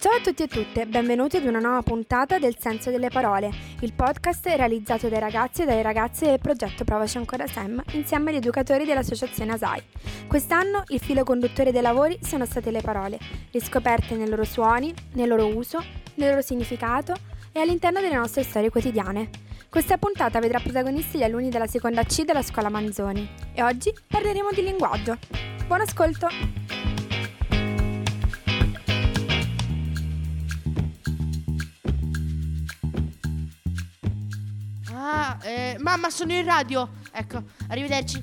Ciao a tutti e tutte, benvenuti ad una nuova puntata del Senso delle Parole, il podcast realizzato dai ragazzi e dalle ragazze del progetto Provaci Ancora SEM insieme agli educatori dell'associazione ASAI. Quest'anno il filo conduttore dei lavori sono state le parole, riscoperte nei loro suoni, nel loro uso, nel loro significato e all'interno delle nostre storie quotidiane. Questa puntata vedrà protagonisti gli alunni della seconda C della scuola Manzoni e oggi parleremo di linguaggio. Buon ascolto! Mamma, sono in radio. Ecco, arrivederci.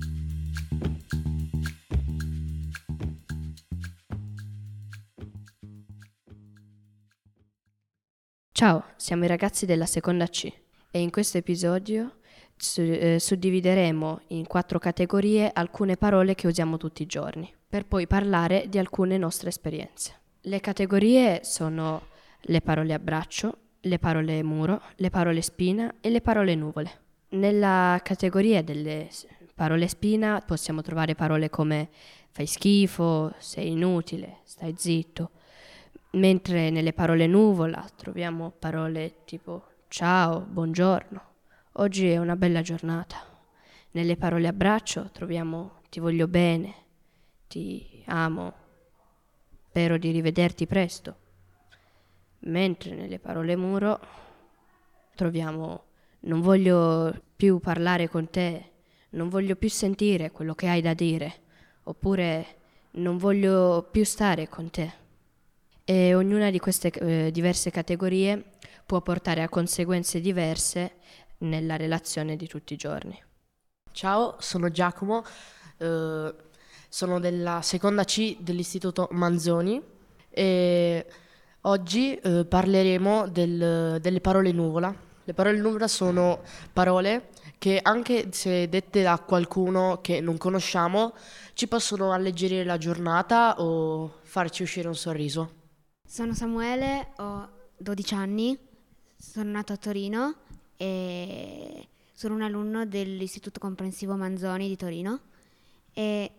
Ciao, siamo i ragazzi della seconda C e in questo episodio suddivideremo in 4 categorie alcune parole che usiamo tutti i giorni, per poi parlare di alcune nostre esperienze. Le categorie sono le parole abbraccio, le parole muro, le parole spina e le parole nuvole. Nella categoria delle parole spina possiamo trovare parole come fai schifo, sei inutile, stai zitto, mentre nelle parole nuvola troviamo parole tipo ciao, buongiorno, oggi è una bella giornata. Nelle parole abbraccio troviamo ti voglio bene, ti amo, spero di rivederti presto. Mentre nelle parole muro troviamo non voglio più parlare con te, non voglio più sentire quello che hai da dire, oppure non voglio più stare con te. E ognuna di queste diverse categorie può portare a conseguenze diverse nella relazione di tutti i giorni. Ciao, sono Giacomo, sono della seconda C dell'Istituto Manzoni e oggi parleremo delle parole nuvola. Le parole nuvola sono parole che anche se dette da qualcuno che non conosciamo ci possono alleggerire la giornata o farci uscire un sorriso. Sono Samuele, ho 12 anni, sono nato a Torino e sono un alunno dell'Istituto Comprensivo Manzoni di Torino e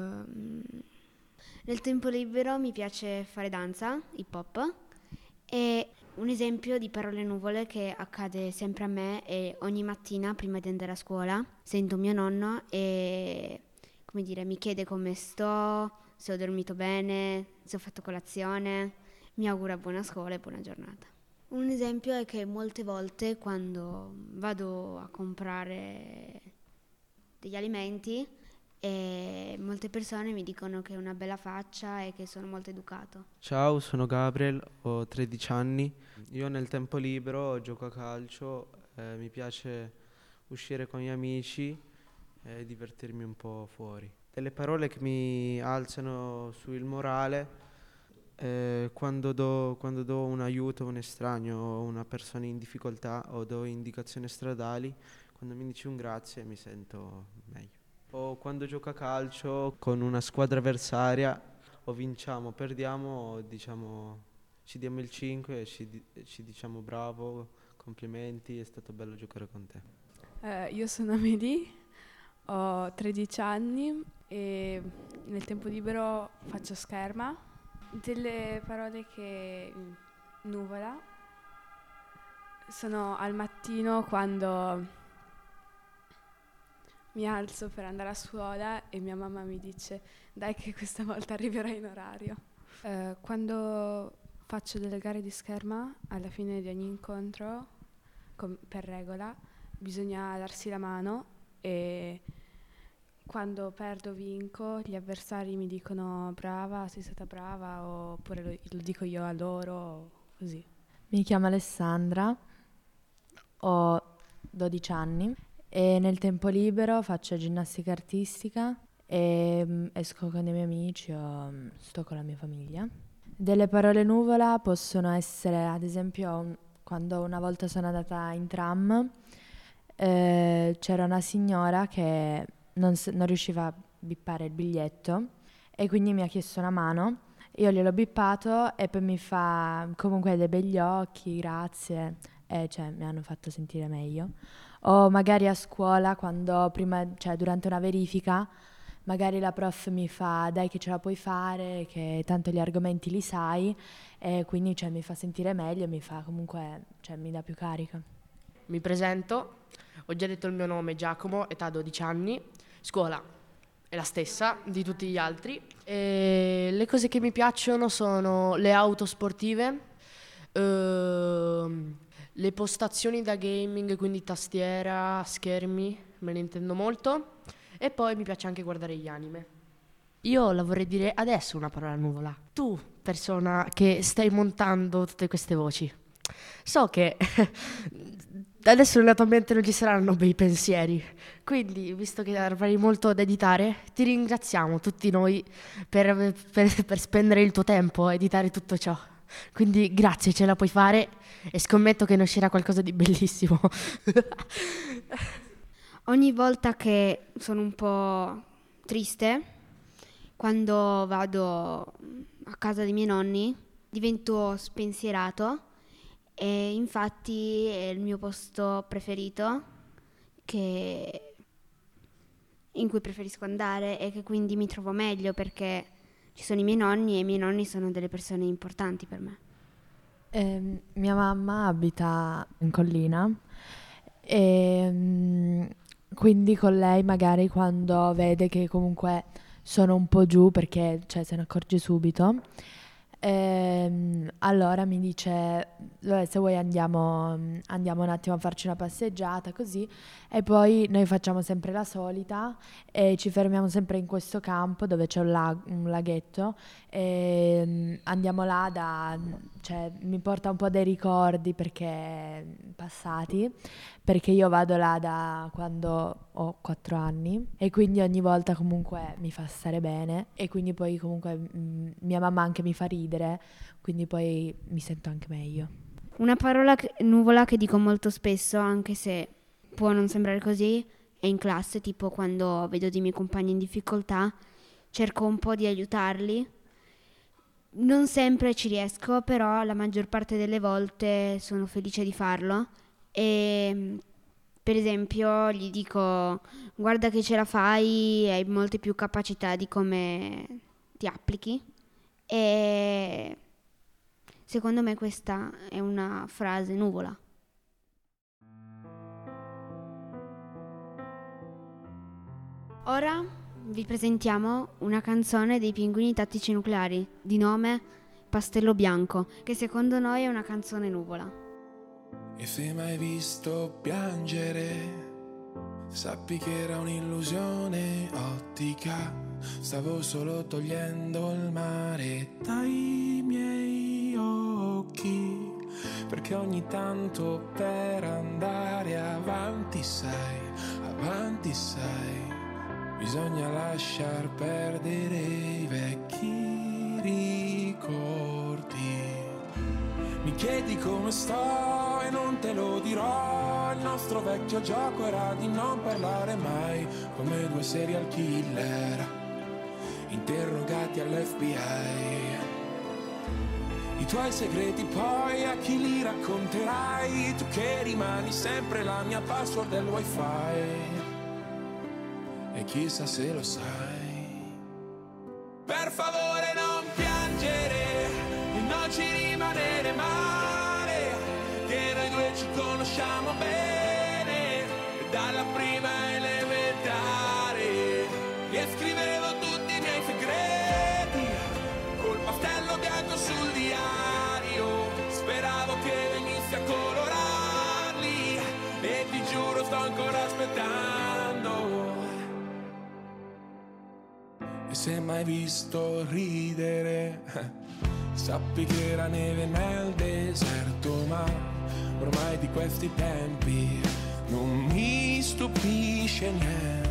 nel tempo libero mi piace fare danza, hip hop e un esempio di parole nuvole che accade sempre a me è ogni mattina prima di andare a scuola sento mio nonno e mi chiede come sto, se ho dormito bene, se ho fatto colazione, mi augura buona scuola e buona giornata. Un esempio è che molte volte quando vado a comprare degli alimenti molte persone mi dicono che ho una bella faccia e che sono molto educato. Ciao, sono Gabriel, ho 13 anni. Io nel tempo libero gioco a calcio, mi piace uscire con gli amici e divertirmi un po' fuori. Delle parole che mi alzano sul morale, quando do un aiuto a un estraneo o una persona in difficoltà o do indicazioni stradali, quando mi dici un grazie mi sento meglio. O quando gioco a calcio con una squadra avversaria o vinciamo, perdiamo, diciamo, ci diamo il 5 e ci diciamo bravo, complimenti, è stato bello giocare con te. Io sono Amelie, ho 13 anni e nel tempo libero faccio scherma. Delle parole che nuvola sono al mattino quando mi alzo per andare a scuola e mia mamma mi dice dai che questa volta arriverai in orario. Quando faccio delle gare di scherma, alla fine di ogni incontro, per regola, bisogna darsi la mano e quando perdo vinco, gli avversari mi dicono brava, sei stata brava, oppure lo dico io a loro, così. Mi chiamo Alessandra, ho 12 anni e nel tempo libero faccio ginnastica artistica e esco con i miei amici o sto con la mia famiglia. Delle parole nuvola possono essere, ad esempio, quando una volta sono andata in tram, c'era una signora che non riusciva a bippare il biglietto e quindi mi ha chiesto una mano. Io gliel'ho bippato e poi mi fa comunque dei begli occhi, grazie, e mi hanno fatto sentire meglio. O magari a scuola quando durante una verifica magari la prof mi fa dai che ce la puoi fare, che tanto gli argomenti li sai, e quindi cioè, mi fa sentire meglio, mi fa comunque, cioè, mi dà più carica. Mi presento, ho già detto il mio nome, Giacomo, età 12 anni, scuola è la stessa di tutti gli altri. E le cose che mi piacciono sono le auto sportive, le postazioni da gaming, quindi tastiera, schermi, me ne intendo molto, e poi mi piace anche guardare gli anime. Io la vorrei dire adesso una parola nuvola. Tu, persona che stai montando tutte queste voci, so che adesso nella tua mente non ci saranno bei pensieri, quindi visto che avrai molto da editare, ti ringraziamo tutti noi per spendere il tuo tempo a editare tutto ciò. Quindi grazie, ce la puoi fare e scommetto che ne uscirà qualcosa di bellissimo. Ogni volta che sono un po' triste, quando vado a casa dei miei nonni, divento spensierato e infatti è il mio posto preferito in cui preferisco andare e che quindi mi trovo meglio perché ci sono i miei nonni e i miei nonni sono delle persone importanti per me. Mia mamma abita in collina e quindi con lei magari quando vede che comunque sono un po' giù, perché cioè, se ne accorge subito, allora mi dice se vuoi andiamo un attimo a farci una passeggiata così, e poi noi facciamo sempre la solita e ci fermiamo sempre in questo campo dove c'è un laghetto e andiamo là cioè mi porta un po' dei ricordi passati, perché io vado là da quando ho 4 anni e quindi ogni volta comunque mi fa stare bene e quindi poi comunque mia mamma anche mi fa ridere, quindi poi mi sento anche meglio. Una parola nuvola che dico molto spesso, anche se può non sembrare così, è in classe, tipo quando vedo dei miei compagni in difficoltà, cerco un po' di aiutarli. Non sempre ci riesco, però la maggior parte delle volte sono felice di farlo e per esempio gli dico guarda che ce la fai, hai molte più capacità di come ti applichi, e secondo me questa è una frase nuvola. Ora vi presentiamo una canzone dei Pinguini Tattici Nucleari di nome Pastello Bianco, che secondo noi è una canzone nuvola. E se mai visto piangere, sappi che era un'illusione ottica. Stavo solo togliendo il mare dai miei occhi, perché ogni tanto per andare avanti sai, bisogna lasciar perdere i vecchi ricordi. Mi chiedi come sto e non te lo dirò. Il nostro vecchio gioco era di non parlare mai, come 2 serial killer interrogati all'FBI. I tuoi segreti poi a chi li racconterai? Tu che rimani sempre la mia password del wifi, e chissà se lo sai. Per favore non piangere e non ci rimanere male, che noi 2 ci conosciamo bene dalla prima elementare. E scrivevo tutti i miei segreti col pastello bianco sul diario, speravo che venissi a colorarli e ti giuro sto ancora aspettando. E se mai visto ridere, sappi che era neve nel deserto, ma ormai di questi tempi non mi stupisce niente.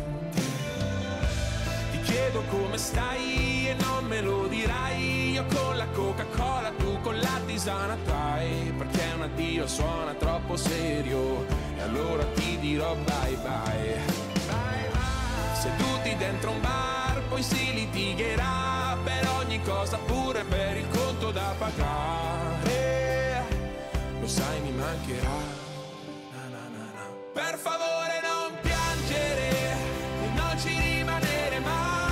Ti chiedo come stai e non me lo dirai, io con la Coca-Cola, tu con la tisana Thai, perché un addio suona troppo serio e allora ti dirò bye bye. Seduti dentro un bar poi si litigherà per ogni cosa, pure per il conto da pagare. Lo sai mi mancherà. Per favore non piangere e non ci rimanere mai,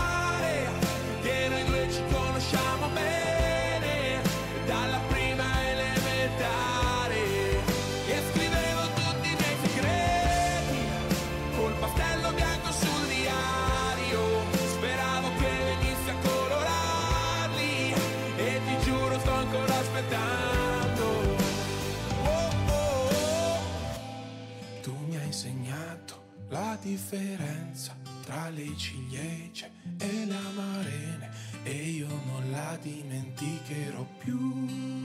differenza tra le ciliegie e le amarene, e io non la dimenticherò più.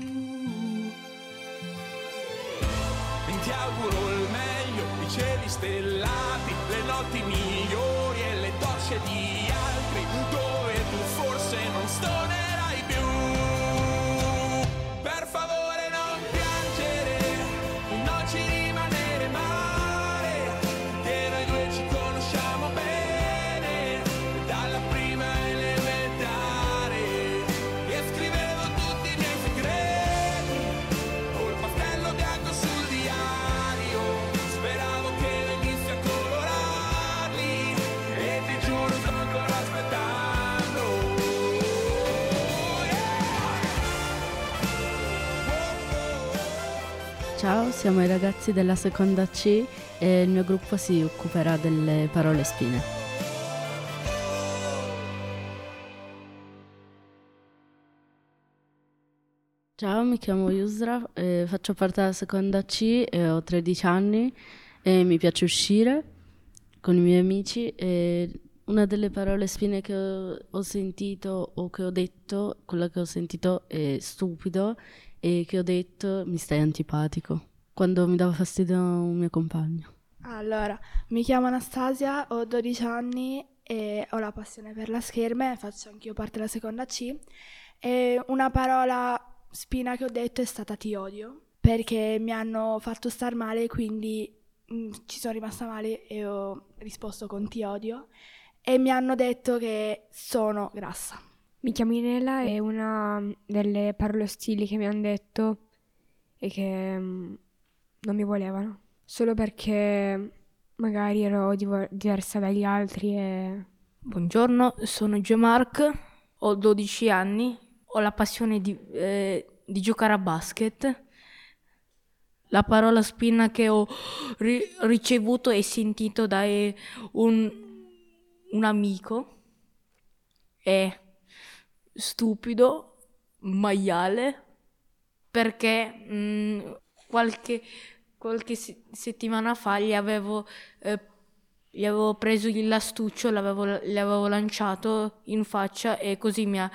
E ti auguro il meglio, i cieli stellati, le notti migliori e le docce di altri, dove tu forse non stonerai più. Per favore non piangere, non ci rimanere male, che noi due ci conosciamo bene, dalla prima elementare, e scrivevo tutti i miei segreti, col pastello bianco sul diario, speravo che venissi a colorarli, e ti giuro sto ancora aspettando. Ciao, siamo i ragazzi della seconda C e il mio gruppo si occuperà delle parole spine. Ciao, mi chiamo Yusra, faccio parte della seconda C e ho 13 anni e mi piace uscire con i miei amici, e una delle parole spine che ho sentito o che ho detto, quella che ho sentito è stupido, e che ho detto mi stai antipatico, quando mi dava fastidio un mio compagno. Allora, mi chiamo Anastasia, ho 12 anni e ho la passione per la scherma, faccio anch'io parte della seconda C, e una parola spina che ho detto è stata ti odio, perché mi hanno fatto star male, quindi ci sono rimasta male e ho risposto con ti odio, e mi hanno detto che sono grassa. Mi chiamo Inela e una delle parole ostili che mi hanno detto è che non mi volevano, solo perché magari ero diversa dagli altri e... Buongiorno, sono Gemark, ho 12 anni, ho la passione di giocare a basket. La parola spina che ho ricevuto e sentito da un amico è stupido, maiale, perché qualche settimana fa gli avevo preso l'astuccio, gli avevo lanciato in faccia, e così mi ha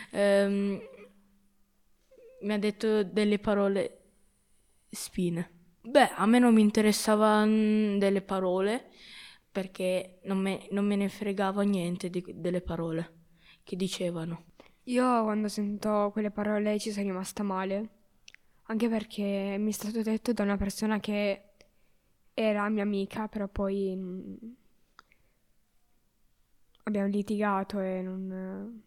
detto delle parole spine. Beh, a me non mi interessavano delle parole, perché non me ne fregava niente delle parole che dicevano. Io quando sento quelle parole ci sono rimasta male, anche perché mi è stato detto da una persona che era mia amica, però poi abbiamo litigato e non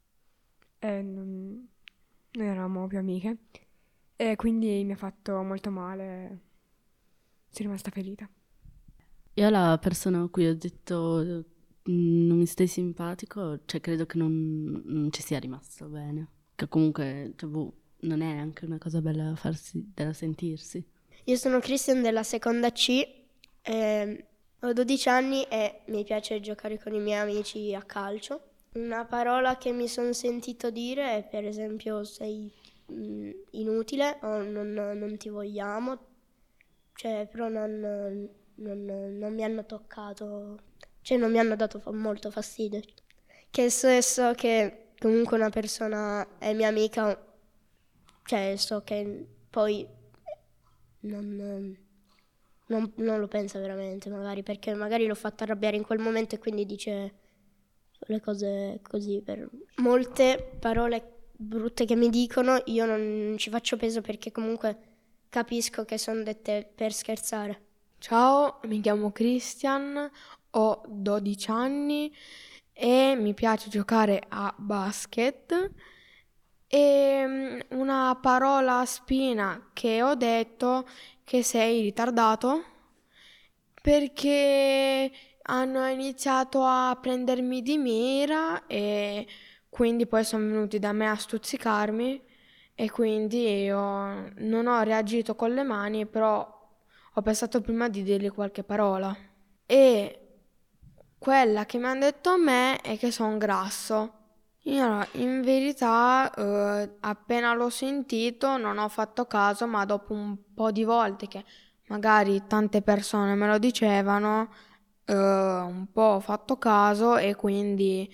eravamo più amiche, e quindi mi ha fatto molto male, sono rimasta ferita. Io alla persona a cui ho detto non mi stai simpatico, cioè credo che non ci sia rimasto bene, che comunque non è anche una cosa bella da sentirsi. Io sono Christian della seconda C, ho 12 anni e mi piace giocare con i miei amici a calcio. Una parola che mi sono sentito dire è per esempio sei inutile o non ti vogliamo, cioè però non mi hanno toccato, cioè non mi hanno dato molto fastidio. Che so che comunque una persona è mia amica, cioè so che poi non lo pensa veramente, magari perché magari l'ho fatta arrabbiare in quel momento e quindi dice le cose così. Per molte parole brutte che mi dicono io non ci faccio peso, perché comunque capisco che sono dette per scherzare. Ciao, mi chiamo Christian, ho 12 anni e mi piace giocare a basket. E una parola spina che ho detto che sei ritardato, perché hanno iniziato a prendermi di mira e quindi poi sono venuti da me a stuzzicarmi, e quindi io non ho reagito con le mani, però ho pensato prima di dirgli qualche parola. E quella che mi hanno detto a me è che sono grasso. Io in verità appena l'ho sentito non ho fatto caso, ma dopo un po' di volte che magari tante persone me lo dicevano, un po' fatto caso e quindi,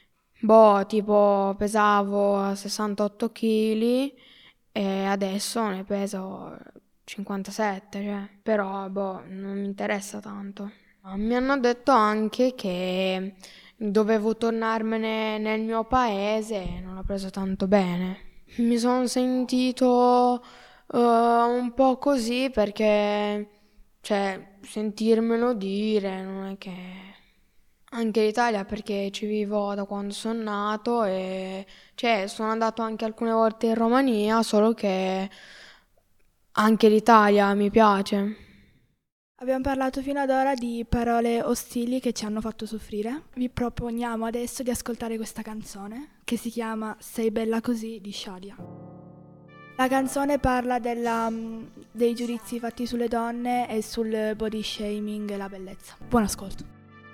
tipo pesavo 68 kg e adesso ne peso 57, cioè, però, non mi interessa tanto. Mi hanno detto anche che dovevo tornarmene nel mio paese e non l'ho preso tanto bene. Mi sono sentito un po' così perché, cioè, sentirmelo dire non è che... Anche l'Italia perché ci vivo da quando sono nato e, cioè, sono andato anche alcune volte in Romania, solo che anche l'Italia mi piace. Abbiamo parlato fino ad ora di parole ostili che ci hanno fatto soffrire. Vi proponiamo adesso di ascoltare questa canzone che si chiama Sei bella così di Shadia. La canzone parla dei giudizi fatti sulle donne e sul body shaming e la bellezza. Buon ascolto.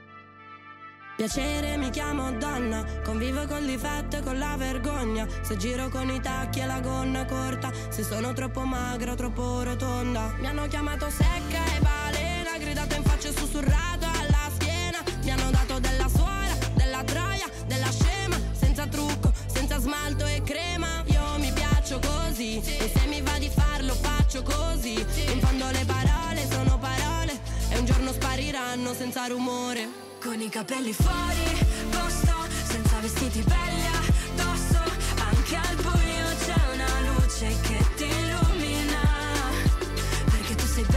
Piacere, mi chiamo donna, convivo con difetto e con la vergogna. Se giro con i tacchi e la gonna corta, se sono troppo magra o troppo rotonda. Mi hanno chiamato secca e balena, gridato in faccia e sussurrato alla schiena. Mi hanno dato della suora, della troia, della scema, senza trucco, senza smalto e crema. Io mi piaccio così, e se mi va di farlo faccio così. In fondo le parole sono parole, e un giorno spariranno senza rumore. Con i capelli fuori posto, senza vestiti belli addosso. Anche al buio c'è una luce che ti illumina, perché tu sei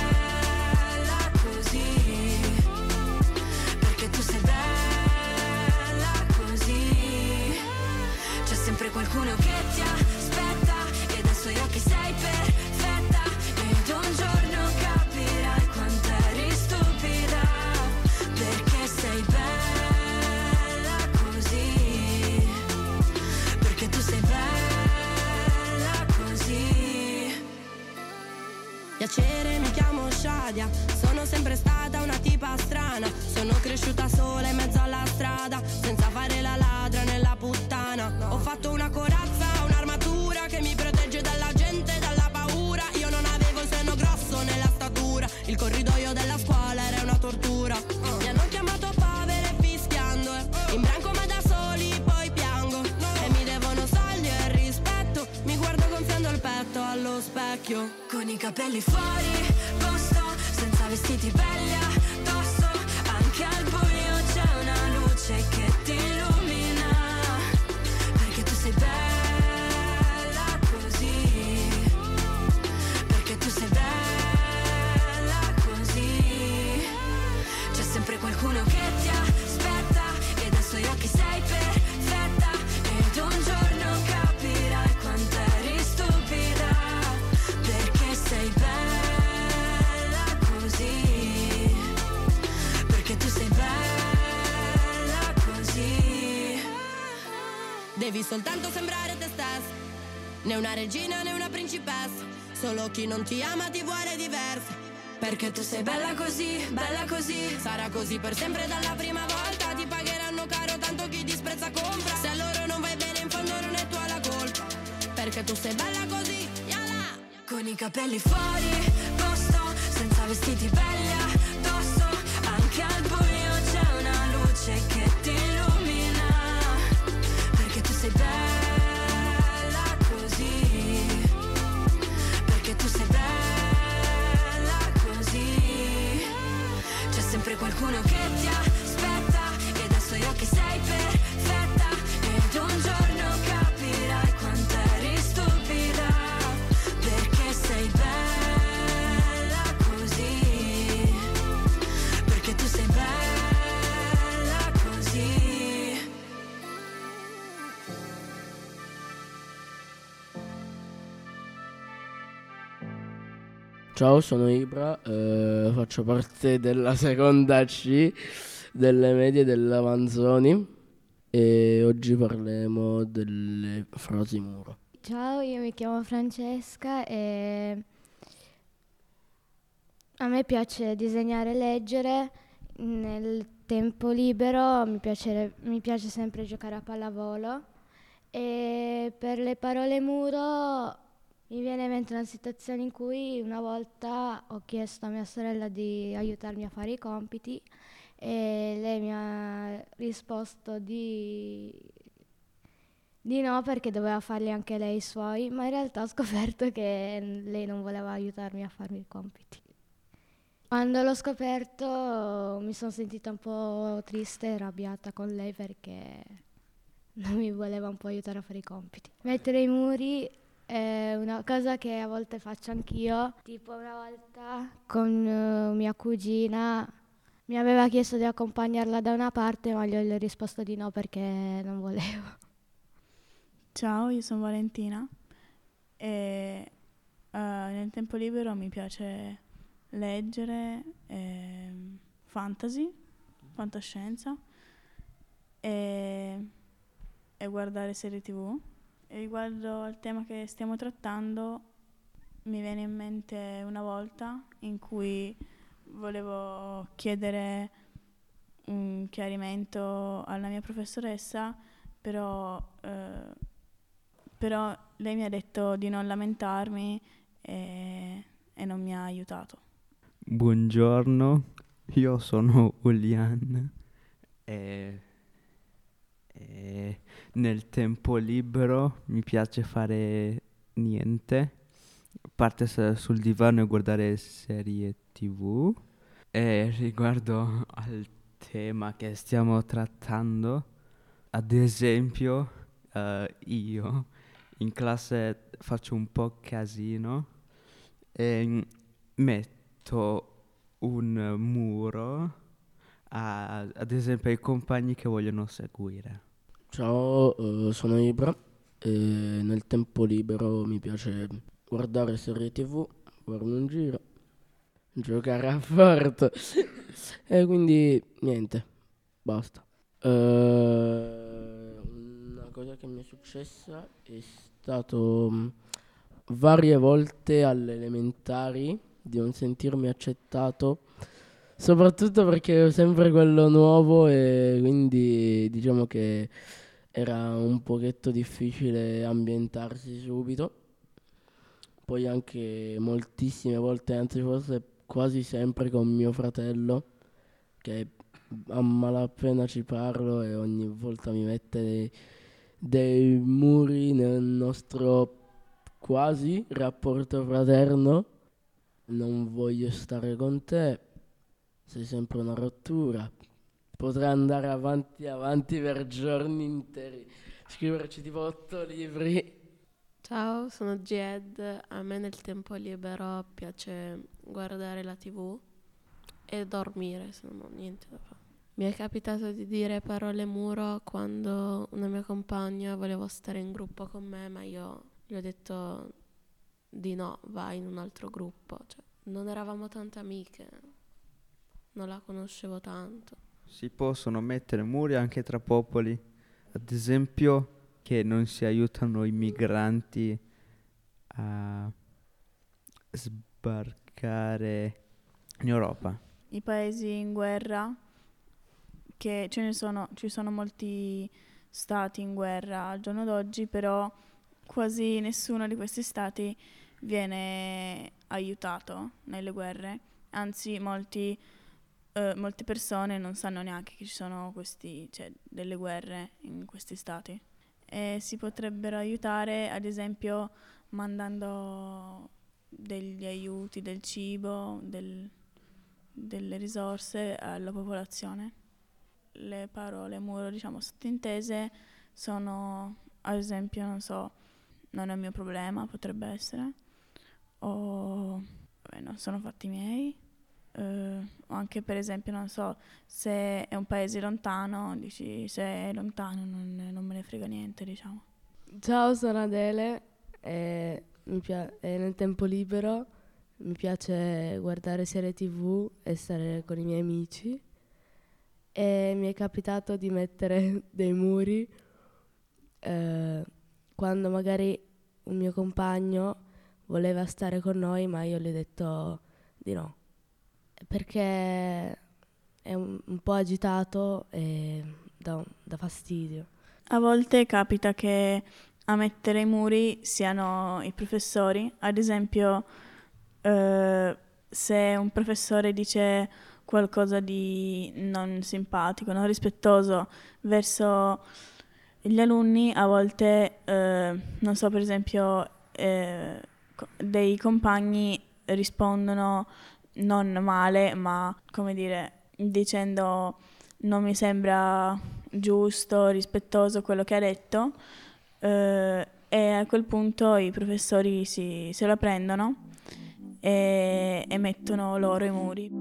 bella così, perché tu sei bella così. C'è sempre qualcuno che ti aspetta e dai suoi occhi sei perfetta. Ed un giorno capirai quanto eri stupida, perché sei bella così, perché tu sei bella così. Piacere, mi chiamo Shadia, sono sempre stata una tipa strana. Sono cresciuta sola in mezzo alla strada, senza fare la ladra nella puttana. Ho fatto una corazza, un'armatura che mi protegge dalla gente e dalla paura. Io non avevo il seno grosso nella statura, il corridoio della scuola era una tortura. Mi hanno chiamato povera e fischiando, in branco ma da soli poi piango. E mi devono soldi e rispetto, mi guardo gonfiando il petto allo specchio. Con i capelli fuori posto, senza vestiti belli addosso. Anche al buio c'è una luce che ti illumina, perché tu sei bella così, perché tu sei bella così. C'è sempre qualcuno che ti aspetta e dai suoi occhi sei perfetta. Ed un giorno capirai quanto eri stupida, perché sei bella così, perché tu sei bella così. Devi soltanto sembrare te stessa, né una regina né una principessa. Solo chi non ti ama ti vuole diversa, perché tu sei bella così, bella così. Sarà così per sempre dalla prima volta. Ti pagheranno caro tanto chi disprezza compra. Se a loro non vai bene in fondo non è tua la colpa, perché tu sei bella così, yalla. Con i capelli fuori posto, senza vestiti belli addosso. Anche al buio c'è una luce che ti illumina, perché tu sei bella così, perché tu sei bella così. C'è sempre qualcuno che ti aspetta e dai suoi occhi sei perfetta. Ed un giorno capirai quanto eri stupida, perché sei bella così, perché tu sei bella così. Ciao, sono Ibra, faccio parte della seconda C delle medie della Manzoni e oggi parleremo delle frasi muro. Ciao, io mi chiamo Francesca e a me piace disegnare e leggere. Nel tempo libero mi piace sempre giocare a pallavolo e per le parole muro Mi viene in mente una situazione in cui una volta ho chiesto a mia sorella di aiutarmi a fare i compiti e lei mi ha risposto di no perché doveva farli anche lei i suoi, ma in realtà ho scoperto che lei non voleva aiutarmi a farmi i compiti. Quando l'ho scoperto mi sono sentita un po' triste e arrabbiata con lei perché non mi voleva un po' aiutare a fare i compiti. Mettere i muri è una cosa che a volte faccio anch'io, tipo una volta con mia cugina mi aveva chiesto di accompagnarla da una parte ma gli ho risposto di no perché non volevo. Ciao, io sono Valentina e nel tempo libero mi piace leggere fantascienza e guardare serie TV. E riguardo al tema che stiamo trattando, mi viene in mente una volta in cui volevo chiedere un chiarimento alla mia professoressa, però lei mi ha detto di non lamentarmi e non mi ha aiutato. Buongiorno, io sono Ulian e nel tempo libero mi piace fare niente, a parte stare sul divano e guardare serie TV. E riguardo al tema che stiamo trattando, ad esempio, io in classe faccio un po' casino e metto un muro ad esempio ai compagni che vogliono seguire. Ciao, sono Ibra e nel tempo libero mi piace guardare serie TV, guardare un giro, giocare a Forte e quindi niente, basta. Una cosa che mi è successa è stato varie volte alle elementari di non sentirmi accettato, soprattutto perché ero sempre quello nuovo e quindi diciamo che era un pochetto difficile ambientarsi subito. Poi anche moltissime volte, anzi forse quasi sempre con mio fratello, che a malapena ci parlo e ogni volta mi mette dei muri nel nostro quasi rapporto fraterno. Non voglio stare con te, sei sempre una rottura. Potrei andare avanti per giorni interi, scriverci tipo 8 libri. Ciao, sono Jed. A me nel tempo libero piace guardare la TV e dormire, se non ho niente da fare. Mi è capitato di dire parole muro quando una mia compagna voleva stare in gruppo con me, ma io gli ho detto di no, vai in un altro gruppo. Cioè, non eravamo tante amiche, non la conoscevo tanto. Si possono mettere muri anche tra popoli, ad esempio che non si aiutano i migranti a sbarcare in Europa. I paesi in guerra, che ci sono molti stati in guerra al giorno d'oggi, però quasi nessuno di questi stati viene aiutato nelle guerre, anzi molte persone non sanno neanche che ci sono delle guerre in questi stati. E si potrebbero aiutare, ad esempio, mandando degli aiuti, del cibo, delle risorse alla popolazione. Le parole muro, diciamo, sottintese sono, ad esempio, non so, non è un mio problema, potrebbe essere, o non sono fatti miei, o anche per esempio, non so, se è un paese lontano, dici se è lontano non me ne frega niente, diciamo. Ciao, sono Adele e nel tempo libero mi piace guardare serie TV e stare con i miei amici e mi è capitato di mettere dei muri quando magari un mio compagno voleva stare con noi ma io gli ho detto di no perché è un po' agitato e dà fastidio. A volte capita che a mettere i muri siano i professori. Ad esempio, se un professore dice qualcosa di non simpatico, non rispettoso verso gli alunni, a volte, non so, per esempio, dei compagni rispondono non male, ma come dire, dicendo non mi sembra giusto, rispettoso quello che ha detto, e a quel punto i professori se la prendono e mettono loro i muri.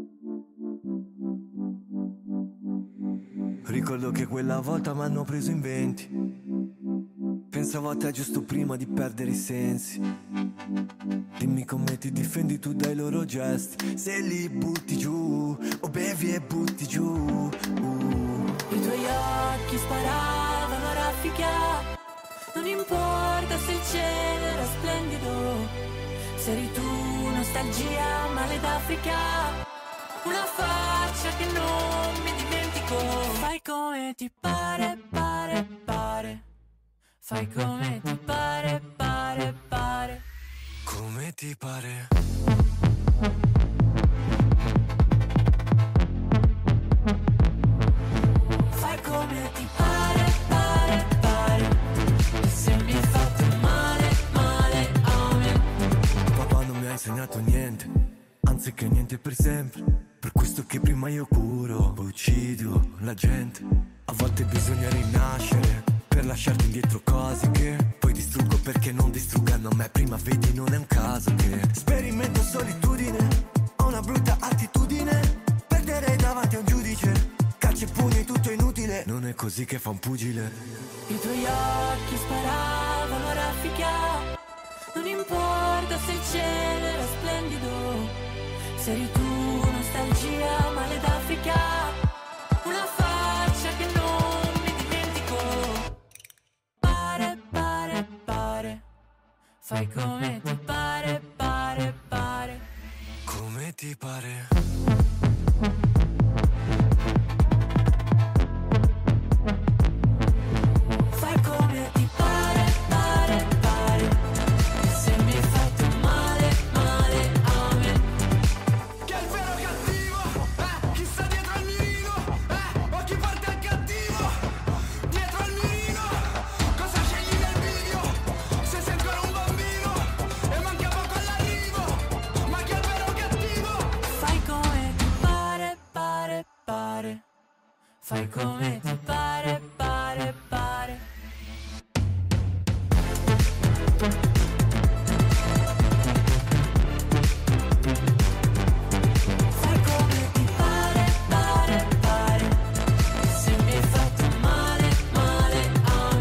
Ricordo che quella volta m'hanno preso in 20. Pensavo a te giusto prima di perdere i sensi. Dimmi come ti difendi tu dai loro gesti. Se li butti giù o bevi e butti giù. I tuoi occhi sparavano a raffica. Non importa se il cielo era splendido. Se eri tu nostalgia, male d'Africa. Una faccia che non mi dimentico. Fai come ti pare, pare, pare. Fai come ti pare, pare, pare. Come ti pare. Fai come ti pare, pare, pare. E se mi hai fatto male, male a me. Papà non mi ha insegnato niente, anzi che niente per sempre. Per questo che prima io curo, poi uccido la gente. A volte bisogna rinascere per lasciarti indietro cose che poi distruggo perché non distruggano me. Prima vedi non è un caso che sperimento solitudine, ho una brutta attitudine, perdere davanti a un giudice, calci e pugni tutto è inutile, non è così che fa un pugile. I tuoi occhi sparavano a raffica. Non importa se il cielo era splendido. Se eri tu nostalgia, male d'Africa. Una faccia che non mi dimentico. Pare, pare, pare. Fai come ti pare, pare, pare. Come ti pare. Fai come ti pare, pare, pare. Se mi hai fatto male, male a me. Chi è il vero cattivo? Chi sta dietro al mirino? O chi parte al cattivo? Dietro al mirino? Cosa scegli nel video? Se sei ancora un bambino e manca poco all'arrivo. Ma chi è il vero cattivo? Fai come ti pare, pare, pare. Fai come ti pare, pare, pare. Fai come ti pare, pare, pare. Se mi hai fatto male, male a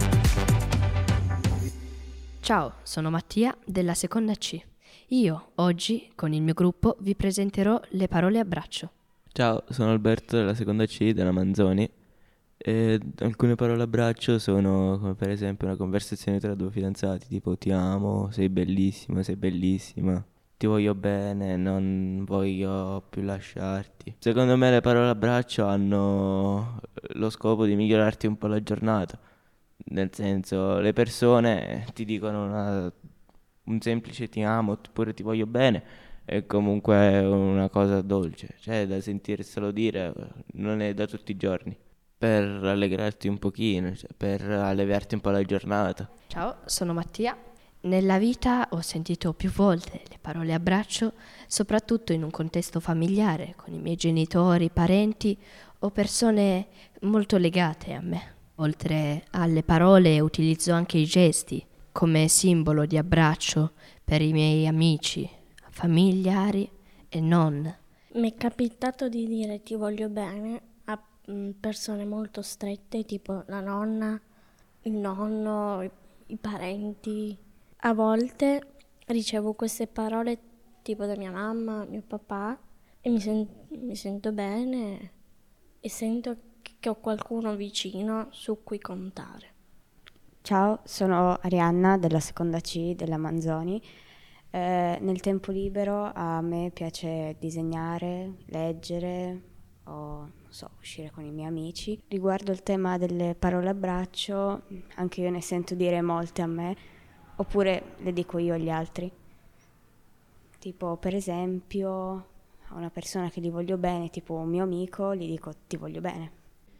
me. Ciao, sono Mattia della seconda C. Io oggi con il mio gruppo vi presenterò le parole a braccio. Ciao, sono Alberto della seconda C della Manzoni e alcune parole a braccio sono come per esempio una conversazione tra due fidanzati, tipo ti amo, sei bellissima, ti voglio bene, non voglio più lasciarti. Secondo me le parole a braccio hanno lo scopo di migliorarti un po' la giornata, nel senso le persone ti dicono un semplice ti amo oppure ti voglio bene. È comunque una cosa dolce, cioè da sentirselo dire non è da tutti i giorni, per allegrarti un pochino, cioè per alleviarti un po' la giornata. Ciao, sono Mattia. Nella vita ho sentito più volte le parole a braccio, soprattutto in un contesto familiare, con i miei genitori, parenti o persone molto legate a me. Oltre alle parole utilizzo anche i gesti come simbolo di abbraccio per i miei amici, familiari e non. Mi è capitato di dire ti voglio bene a persone molto strette, tipo la nonna, il nonno, i parenti. A volte ricevo queste parole tipo da mia mamma, mio papà e mi sento bene e sento che ho qualcuno vicino su cui contare. Ciao, sono Arianna della seconda C della Manzoni. Nel tempo libero a me piace disegnare, leggere o uscire con i miei amici. Riguardo il tema delle parole a braccio, anche io ne sento dire molte a me, oppure le dico io agli altri. Tipo, per esempio, a una persona che gli voglio bene, tipo un mio amico, gli dico ti voglio bene.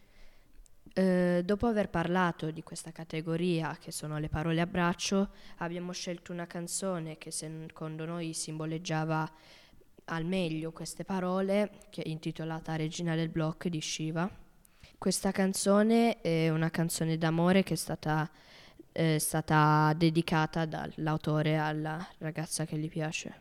Dopo aver parlato di questa categoria che sono le parole a braccio, abbiamo scelto una canzone che secondo noi simboleggiava al meglio queste parole, che è intitolata Regina del Block di Shiva. Questa canzone è una canzone d'amore che è stata dedicata dall'autore alla ragazza che gli piace,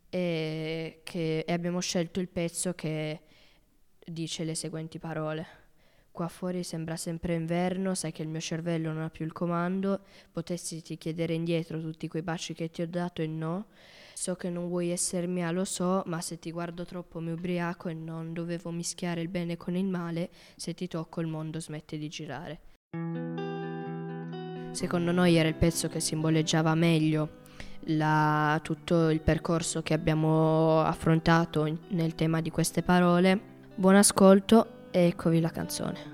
e abbiamo scelto il pezzo che dice le seguenti parole. Qua fuori sembra sempre inverno, sai che il mio cervello non ha più il comando, potessi ti chiedere indietro tutti quei baci che ti ho dato e no, so che non vuoi essere mia, lo so, ma se ti guardo troppo mi ubriaco e non dovevo mischiare il bene con il male, se ti tocco il mondo smette di girare. Secondo noi era il pezzo che simboleggiava meglio tutto il percorso che abbiamo affrontato nel tema di queste parole. Buon ascolto. Eccovi la canzone.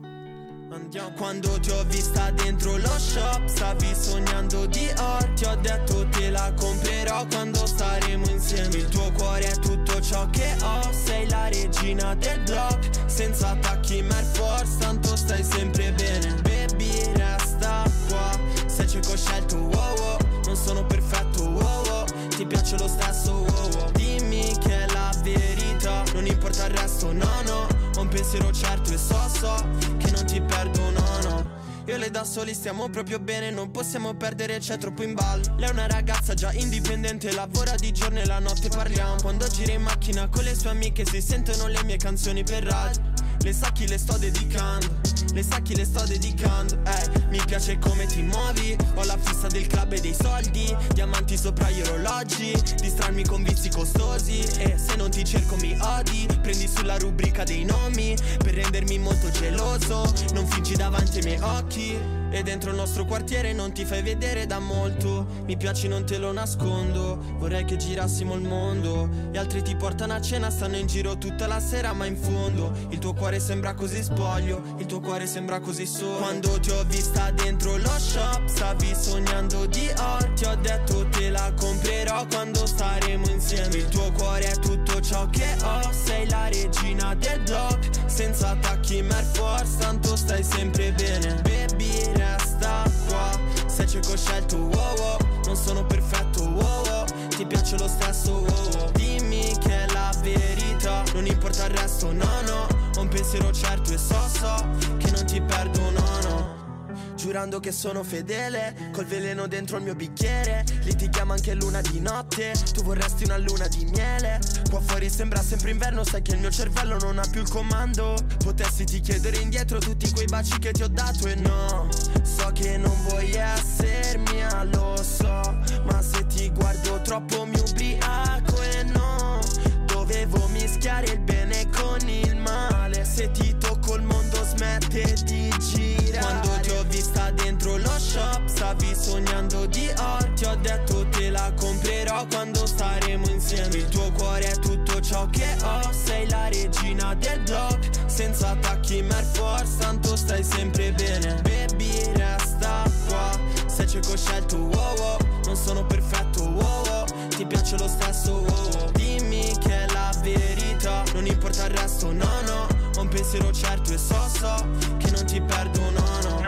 Andiamo. Quando ti ho vista dentro lo shop stavi sognando di or, ti ho detto te la comprerò quando staremo insieme. Il tuo cuore è tutto ciò che ho, sei la regina del block, senza attacchi ma Air Force, tanto stai sempre bene. Baby resta qua, sei cieco scelto, wow wow, non sono perfetto, wow wow, ti piace lo stesso, wow wow. Dimmi che è la verità, non importa il resto, no no, ho un pensiero certo e so che non ti perdo, no no. Io e lei da soli stiamo proprio bene, non possiamo perdere, c'è troppo in ballo. Lei è una ragazza già indipendente, lavora di giorno e la notte parliamo. Quando gira in macchina con le sue amiche si sentono le mie canzoni per radio. Le sa chi le sto dedicando, le sa chi le sto dedicando. Mi piace come ti muovi, ho la fissa del club e dei soldi, diamanti sopra gli orologi, distrarmi con vizi costosi. E se non ti cerco mi odi, prendi sulla rubrica dei nomi per rendermi molto geloso. Non fingi davanti ai miei occhi e dentro il nostro quartiere non ti fai vedere da molto. Mi piaci, non te lo nascondo, vorrei che girassimo il mondo. Gli altri ti portano a cena, stanno in giro tutta la sera, ma in fondo il tuo cuore sembra così spoglio, il tuo cuore sembra così solo. Quando ti ho vista dentro lo shop stavi sognando di or, ti ho detto te la comprerò quando staremo insieme. Il tuo cuore è tutto ciò che ho, sei la regina del block, senza attacchi ma Air Force, tanto stai sempre bene. Baby resta qua, sei cieco scelto, wow wow, non sono perfetto, wow wow, ti piace lo stesso, wow wow. Dimmi che è la verità, non importa il resto, no no, ho un pensiero certo e so che non ti perdo, no no. Giurando che sono fedele, col veleno dentro il mio bicchiere, litighiamo anche luna di notte, tu vorresti una luna di miele. Qua fuori sembra sempre inverno, sai che il mio cervello non ha più il comando, potessi ti chiedere indietro tutti quei baci che ti ho dato e no, so che non vuoi essere mia, lo so, ma se ti guardo troppo mi ubriaco e no, dovevo mischiare il bene con il male, se ti tocco il mondo smette di girare. Quando ti ho vista dentro lo shop stavi sognando di or, ti ho detto te la comprerò quando staremo insieme. Il tuo cuore è tutto ciò che ho, sei la regina del block, senza attacchi ma Air Force, tanto stai sempre bene. Baby resta qua, sei cieco scelto, wow wow, non sono perfetto, wow wow, ti piace lo stesso, wow wow. Dimmi che è la verità, non importa il resto, no no, ho un pensiero certo e so che non ti perdo, no no.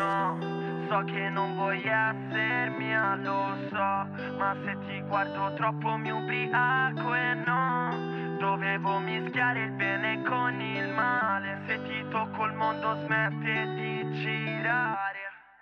So che non vuoi essere mia, lo so, ma se ti guardo troppo mi ubriaco e no, dovevo mischiare il bene con il male, se ti tocco il mondo smette di girare.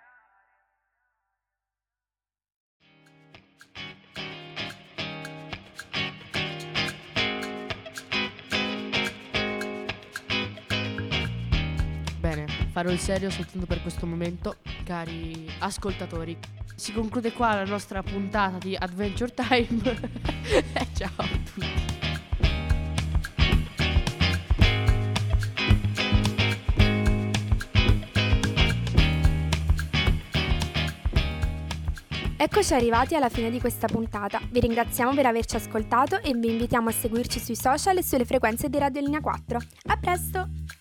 Bene, farò il serio soltanto per questo momento, cari ascoltatori. Si conclude qua la nostra puntata di Adventure Time. Ciao a tutti. Eccoci arrivati alla fine di questa puntata. Vi ringraziamo per averci ascoltato e vi invitiamo a seguirci sui social e sulle frequenze di Radio Linea 4. A presto!